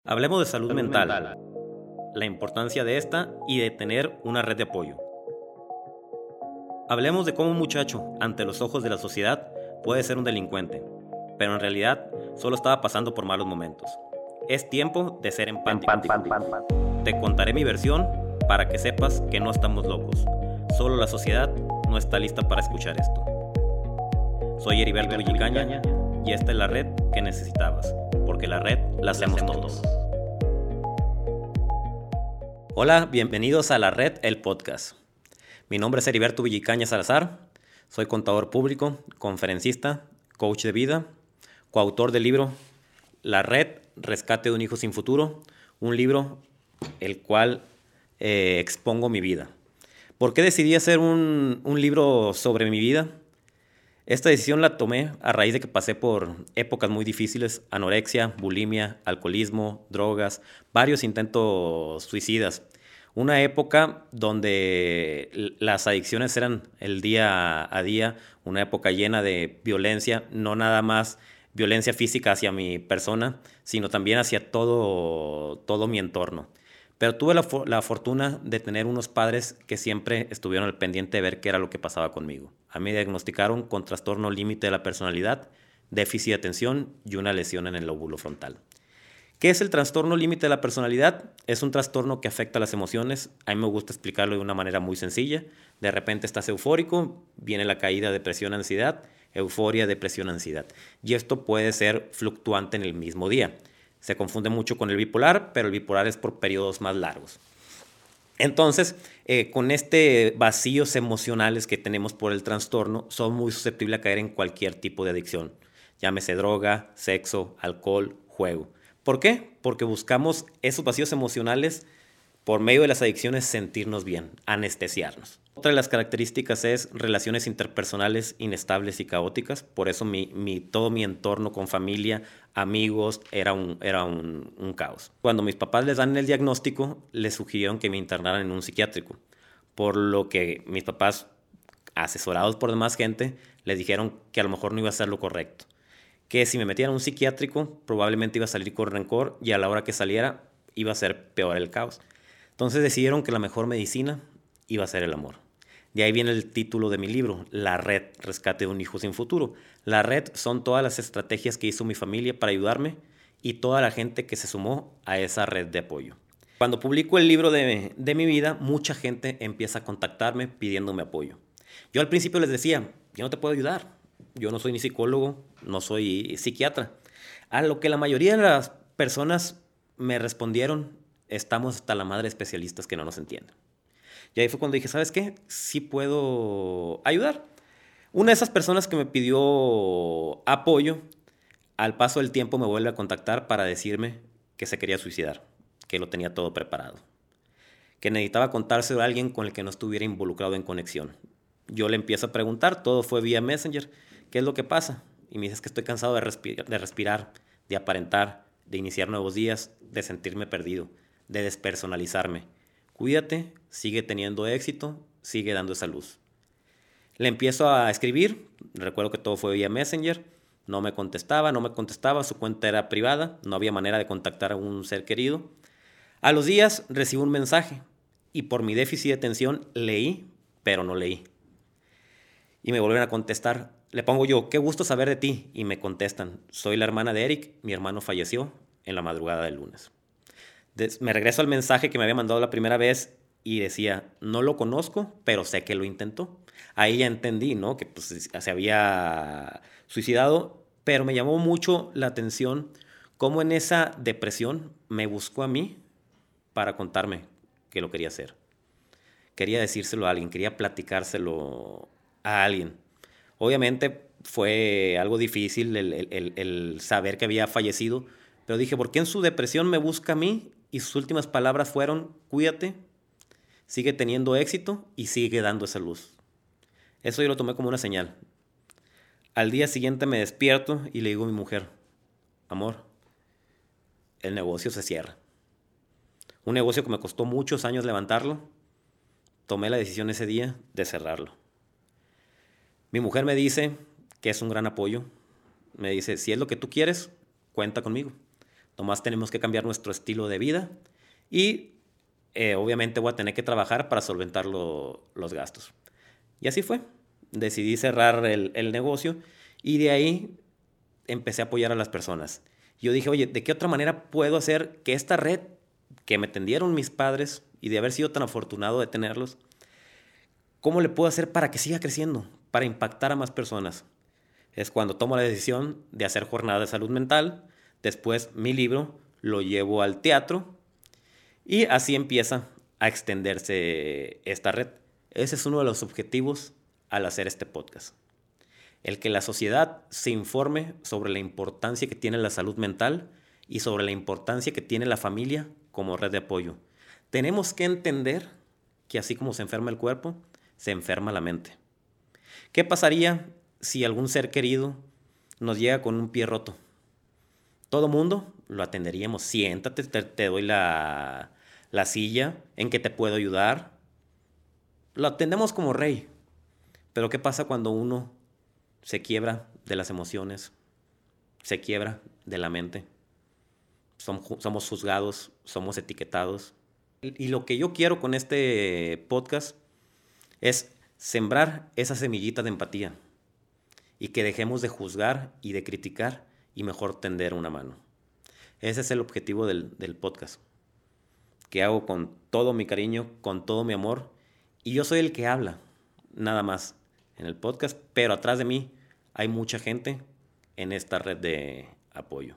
Hablemos de salud mental, la importancia de esta y de tener una red de apoyo. Hablemos de cómo un muchacho, ante los ojos de la sociedad, puede ser un delincuente, pero en realidad solo estaba pasando por malos momentos. Es tiempo de ser empático. Te contaré mi versión para que sepas que no estamos locos. Solo la sociedad no está lista para escuchar esto. Soy Heriberto Villicaña y esta es la red que necesitabas, porque la red la hacemos todos. Hola, bienvenidos a La Red, el podcast. Mi nombre es Heriberto Villicaña Salazar, soy contador público, conferencista, coach de vida, coautor del libro La Red, Rescate de un Hijo sin Futuro, un libro el cual expongo mi vida. ¿Por qué decidí hacer un libro sobre mi vida? Esta decisión la tomé a raíz de que pasé por épocas muy difíciles, anorexia, bulimia, alcoholismo, drogas, varios intentos suicidas. Una época donde las adicciones eran el día a día, una época llena de violencia, no nada más violencia física hacia mi persona, sino también hacia todo mi entorno. Pero tuve la fortuna de tener unos padres que siempre estuvieron al pendiente de ver qué era lo que pasaba conmigo. A mí me diagnosticaron con trastorno límite de la personalidad, déficit de atención y una lesión en el lóbulo frontal. ¿Qué es el trastorno límite de la personalidad? Es un trastorno que afecta las emociones. A mí me gusta explicarlo de una manera muy sencilla. De repente estás eufórico, viene la caída, depresión, ansiedad, euforia, depresión, ansiedad. Y esto puede ser fluctuante en el mismo día. Se confunde mucho con el bipolar, pero el bipolar es por periodos más largos. Entonces, con este vacíos emocionales que tenemos por el trastorno, somos muy susceptibles a caer en cualquier tipo de adicción. Llámese droga, sexo, alcohol, juego. ¿Por qué? Porque buscamos esos vacíos emocionales por medio de las adicciones sentirnos bien, anestesiarnos. Otra de las características es relaciones interpersonales inestables y caóticas. Por eso todo mi entorno con familia, amigos, era un caos. Cuando mis papás les dan el diagnóstico, les sugirieron que me internaran en un psiquiátrico. Por lo que mis papás, asesorados por demás gente, les dijeron que a lo mejor no iba a ser lo correcto. Que si me metían a un psiquiátrico, probablemente iba a salir con rencor y a la hora que saliera iba a ser peor el caos. Entonces decidieron que la mejor medicina iba a ser el amor. De ahí viene el título de mi libro, La Red, Rescate de un Hijo sin Futuro. La red son todas las estrategias que hizo mi familia para ayudarme y toda la gente que se sumó a esa red de apoyo. Cuando publico el libro de mi vida, mucha gente empieza a contactarme pidiéndome apoyo. Yo al principio les decía, yo no te puedo ayudar. Yo no soy ni psicólogo, no soy psiquiatra. A lo que la mayoría de las personas me respondieron, estamos hasta la madre de especialistas que no nos entienden. Y ahí fue cuando dije, ¿sabes qué? Sí puedo ayudar. Una de esas personas que me pidió apoyo, al paso del tiempo me vuelve a contactar para decirme que se quería suicidar, que lo tenía todo preparado, que necesitaba contárselo a alguien con el que no estuviera involucrado en conexión. Yo le empiezo a preguntar, todo fue vía Messenger, ¿qué es lo que pasa? Y me dice que estoy cansado de respirar, de aparentar, de iniciar nuevos días, de sentirme perdido, de despersonalizarme. Cuídate, sigue teniendo éxito, sigue dando esa luz. Le empiezo a escribir, recuerdo que todo fue vía Messenger, no me contestaba, su cuenta era privada, no había manera de contactar a un ser querido. A los días recibo un mensaje y por mi déficit de atención leí, pero no leí. Y me vuelven a contestar, le pongo yo, qué gusto saber de ti, y me contestan, soy la hermana de Eric, mi hermano falleció en la madrugada del lunes. Me regreso al mensaje que me había mandado la primera vez y decía, no lo conozco, pero sé que lo intentó. Ahí ya entendí, ¿no? Que pues, se había suicidado, pero me llamó mucho la atención cómo en esa depresión me buscó a mí para contarme que lo quería hacer. Quería decírselo a alguien, quería platicárselo a alguien. Obviamente fue algo difícil el saber que había fallecido, pero dije, ¿por qué en su depresión me busca a mí? Y sus últimas palabras fueron, cuídate, sigue teniendo éxito y sigue dando esa luz. Eso yo lo tomé como una señal. Al día siguiente me despierto y le digo a mi mujer, amor, el negocio se cierra. Un negocio que me costó muchos años levantarlo, tomé la decisión ese día de cerrarlo. Mi mujer me dice que es un gran apoyo. Me dice, si es lo que tú quieres, cuenta conmigo. Nomás tenemos que cambiar nuestro estilo de vida y obviamente voy a tener que trabajar para solventar los gastos. Y así fue. Decidí cerrar el negocio y de ahí empecé a apoyar a las personas. Yo dije, oye, ¿de qué otra manera puedo hacer que esta red que me tendieron mis padres y de haber sido tan afortunado de tenerlos, cómo le puedo hacer para que siga creciendo, para impactar a más personas? Es cuando tomo la decisión de hacer jornada de salud mental. Después mi libro lo llevo al teatro y así empieza a extenderse esta red. Ese es uno de los objetivos al hacer este podcast. El que la sociedad se informe sobre la importancia que tiene la salud mental y sobre la importancia que tiene la familia como red de apoyo. Tenemos que entender que así como se enferma el cuerpo, se enferma la mente. ¿Qué pasaría si algún ser querido nos llega con un pie roto? Todo mundo lo atenderíamos. Siéntate, te doy la silla en que te puedo ayudar. Lo atendemos como rey. Pero ¿qué pasa cuando uno se quiebra de las emociones, se quiebra de la mente? Somos juzgados, somos etiquetados. Y lo que yo quiero con este podcast es sembrar esa semillita de empatía y que dejemos de juzgar y de criticar y mejor tender una mano. Ese es el objetivo del podcast, que hago con todo mi cariño, con todo mi amor, y yo soy el que habla, nada más, en el podcast, pero atrás de mí hay mucha gente en esta red de apoyo.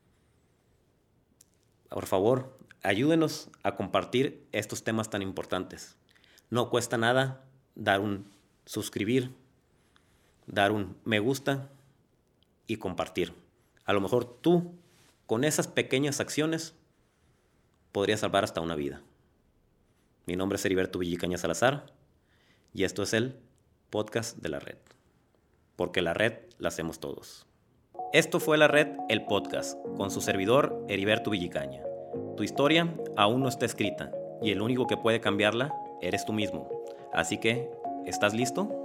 Por favor, ayúdenos a compartir estos temas tan importantes. No cuesta nada dar un suscribir, dar un me gusta y compartir. A lo mejor tú, con esas pequeñas acciones, podrías salvar hasta una vida. Mi nombre es Heriberto Villicaña Salazar y esto es el podcast de la red, porque la red la hacemos todos. Esto fue La Red, el podcast, con su servidor Heriberto Villicaña. Tu historia aún no está escrita y el único que puede cambiarla eres tú mismo. Así que, ¿estás listo?